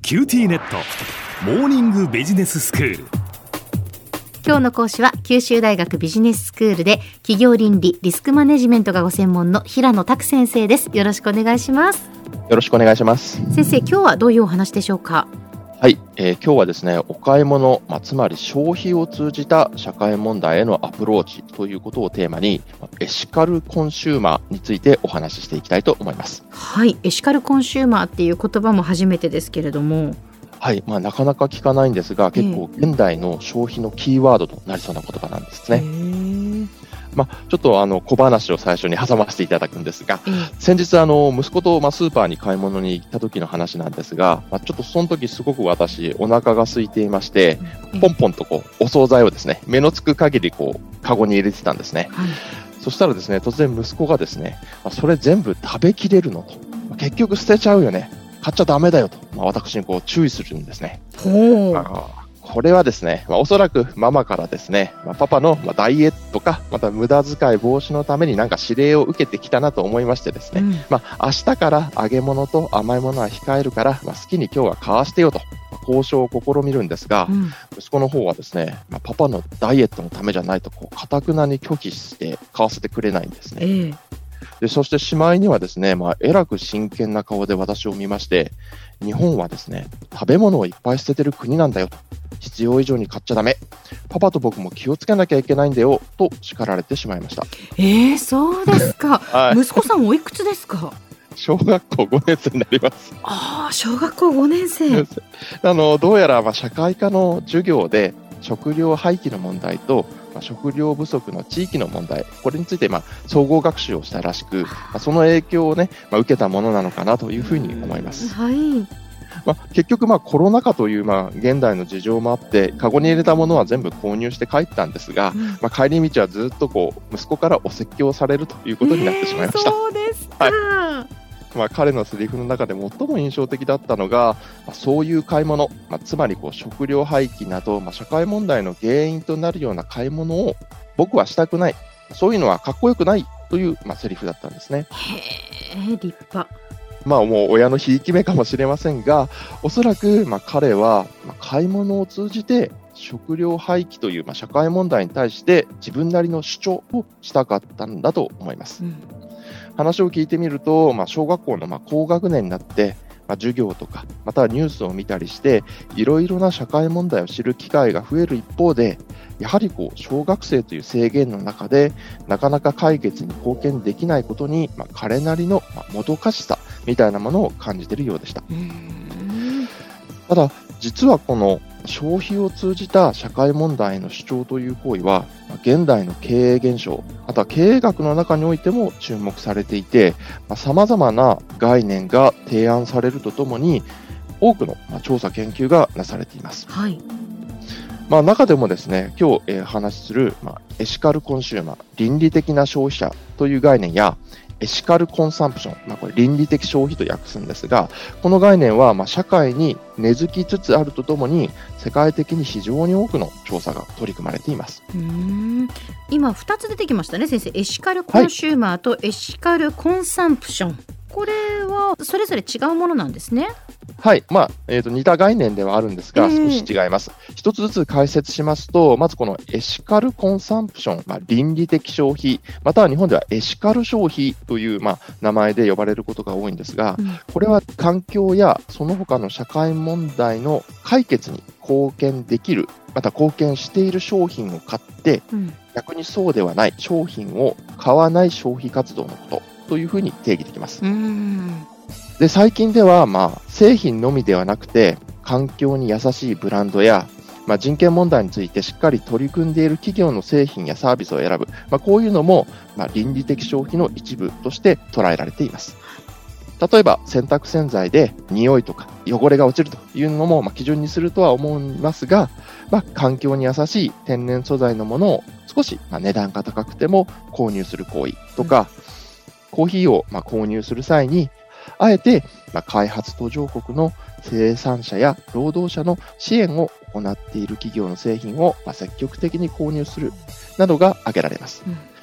キューティーネットモーニングビジネススクール。 今日の講師は九州大学ビジネススクールで企業倫理リスクマネジメントがご専門の平野拓先生です。よろしくお願いします。 よろしくお願いします。 先生、今日はどういうお話でしょうか？ はい、今日はですね、お買い物、つまり消費を通じた社会問題へのアプローチということをテーマに、エシカルコンシューマーについてお話ししていきたいと思います。 はい、エシカルコンシューマーっていう言葉も初めてですけれども、 はい、なかなか聞かないんですが、結構現代の消費のキーワードとなりそうな言葉なんですね。ちょっと小話を最初に挟ませていただくんですが、先日息子とスーパーに買い物に行った時の話なんですが、ちょっとその時すごく私お腹が空いていまして、ポンポンとお惣菜をですね、目のつく限りカゴに入れてたんですね。そしたらですね、突然息子がですね、それ全部食べきれるのと、結局捨てちゃうよね、買っちゃダメだよと、私に注意するんですね。これはですね、おそらくママからですね、パパのダイエットか、また無駄遣い防止のためになんか指令を受けてきたなと思いましてですね、明日から揚げ物と甘いものは控えるから、好きに今日は買わしてよと交渉を試みるんですが、息子の方はですね、パパのダイエットのためじゃないと堅くなに拒否して買わせてくれないんですね。でそしてしまいにはですね、えらく真剣な顔で私を見まして、日本はですね、食べ物をいっぱい捨ててる国なんだよと、必要以上に買っちゃダメ、パパと僕も気をつけなきゃいけないんだよと叱られてしまいました。 そうですか。息子さんおいくつですか？ 小学校5年生になります。 小学校5年生。 どうやら社会科の授業で食料廃棄の問題と食料不足の地域の問題、これについて総合学習をしたらしく、その影響をね、受けたものなのかなというふうに思います。結局コロナ禍という現代の事情もあって、カゴに入れたものは全部購入して帰ったんですが、帰り道はずっと息子からお説教されるということになってしまいました。 そうですか。 彼のセリフの中で最も印象的だったのが、そういう買い物、つまり食料廃棄など、社会問題の原因となるような買い物を僕はしたくない、そういうのはかっこよくないという、セリフだったんですね。 立派。 もう親のひいき目かもしれませんが、おそらく彼は買い物を通じて食料廃棄という社会問題に対して自分なりの主張をしたかったんだと思います。話を聞いてみると、小学校の高学年になって、授業とかまたはニュースを見たりしていろいろな社会問題を知る機会が増える一方で、やはり小学生という制限の中でなかなか解決に貢献できないことに、彼なりのもどかしさみたいなものを感じているようでした。ただ実はこの消費を通じた社会問題への主張という行為は、現代の経営現象、また経営学の中においても注目されていて、様々な概念が提案されるとともに、多くの調査研究がなされています。中でもですね、今日話しするエシカルコンシューマー、倫理的な消費者という概念や、エシカルコンサンプション、これ倫理的消費と訳すんですが、この概念は社会に根付きつつあるとともに、世界的に非常に多くの調査が取り組まれています。 今2つ出てきましたね、先生。エシカルコンシューマーとエシカルコンサンプション、これはそれぞれ違うものなんですね。 はい、似た概念ではあるんですが、少し違います。一つずつ解説しますと、まずこのエシカルコンサンプション、倫理的消費、または日本ではエシカル消費という、名前で呼ばれることが多いんですが、これは環境やその他の社会問題の解決に貢献できる、また貢献している商品を買って、逆にそうではない商品を買わない消費活動のことというふうに定義できます。で最近では、製品のみではなくて環境に優しいブランドや、人権問題についてしっかり取り組んでいる企業の製品やサービスを選ぶ、こういうのも、倫理的消費の一部として捉えられています。例えば洗濯洗剤で匂いとか汚れが落ちるというのも、基準にするとは思いますが、環境に優しい天然素材のものを少し、値段が高くても購入する行為とか、コーヒーを、購入する際にあえて、開発途上国の生産者や労働者の支援を行っている企業の製品を、積極的に購入するなどが挙げられます。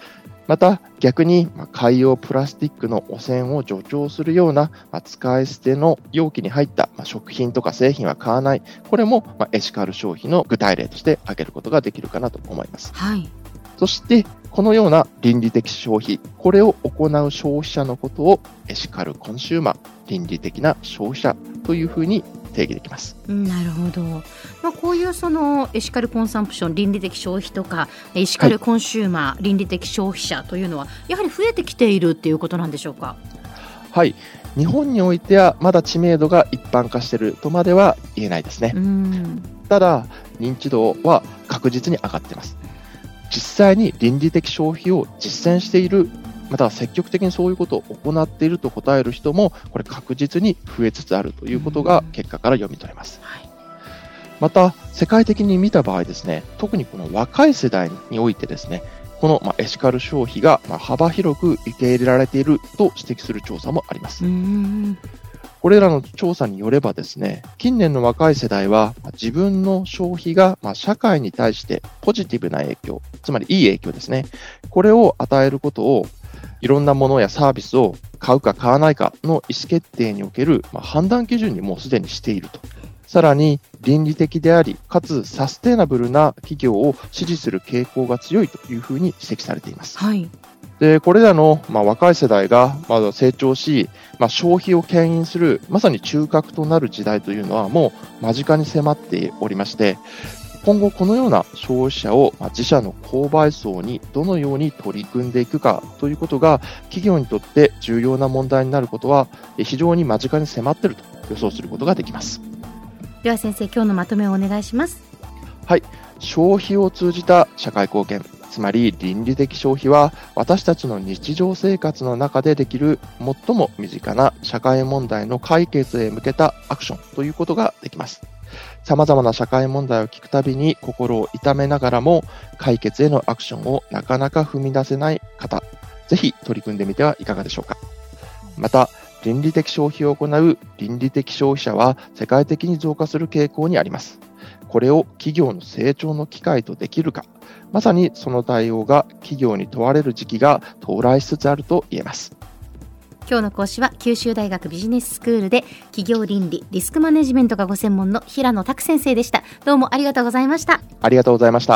また逆に海洋プラスチックの汚染を助長するような使い捨ての容器に入った食品とか製品は買わない、これもエシカル消費の具体例として挙げることができるかなと思います。 はい。 そしてこのような倫理的消費、これを行う消費者のことをエシカルコンシューマー、倫理的な消費者というふうに定義できます。 なるほど。こういうそのエシカルコンサンプション、倫理的消費とかエシカルコンシューマー、はい、倫理的消費者というのはやはり増えてきているっていうことなんでしょうか。 はい、日本においてはまだ知名度が一般化しているとまでは言えないですね。ただ認知度は確実に上がっています。実際に倫理的消費を実践している、または積極的にそういうことを行っていると答える人もこれ確実に増えつつあるということが結果から読み取れます。また世界的に見た場合ですね、特にこの若い世代においてですね、このエシカル消費が幅広く受け入れられていると指摘する調査もあります。これらの調査によればですね、近年の若い世代は自分の消費が社会に対してポジティブな影響、つまりいい影響ですね、これを与えることを、いろんなものやサービスを買うか買わないかの意思決定における判断基準にもうすでにしていると。さらに倫理的でありかつサステナブルな企業を支持する傾向が強いというふうに指摘されています。でこれらの若い世代がまだ成長し、消費を牽引するまさに中核となる時代というのはもう間近に迫っておりまして、今後このような消費者を自社の購買層にどのように取り組んでいくかということが企業にとって重要な問題になることは非常に間近に迫っていると予想することができます。 では先生、今日のまとめをお願いします。 はい、消費を通じた社会貢献、つまり倫理的消費は私たちの日常生活の中でできる最も身近な社会問題の解決へ向けたアクションということができます。様々な社会問題を聞くたびに心を痛めながらも解決へのアクションをなかなか踏み出せない方、ぜひ取り組んでみてはいかがでしょうか。また倫理的消費を行う倫理的消費者は世界的に増加する傾向にあります。これを企業の成長の機会とできるか、まさにその対応が企業に問われる時期が到来しつつあると言えます。 今日の講師は九州大学ビジネススクールで企業倫理・リスクマネジメントがご専門の平野拓先生でした。どうもありがとうございました。 ありがとうございました。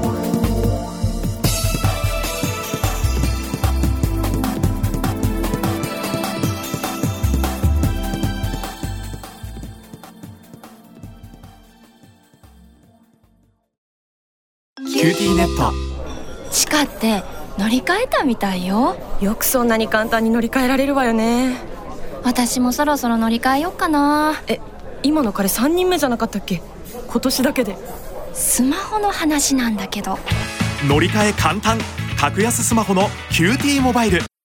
キューティーネット。 地下って乗り換えたみたいよ。 よくそんなに簡単に乗り換えられるわよね。 私もそろそろ乗り換えようかな。 今の彼3人目じゃなかったっけ？今年だけで。 スマホの話なんだけど。 乗り換え簡単、格安スマホのキューティーモバイル。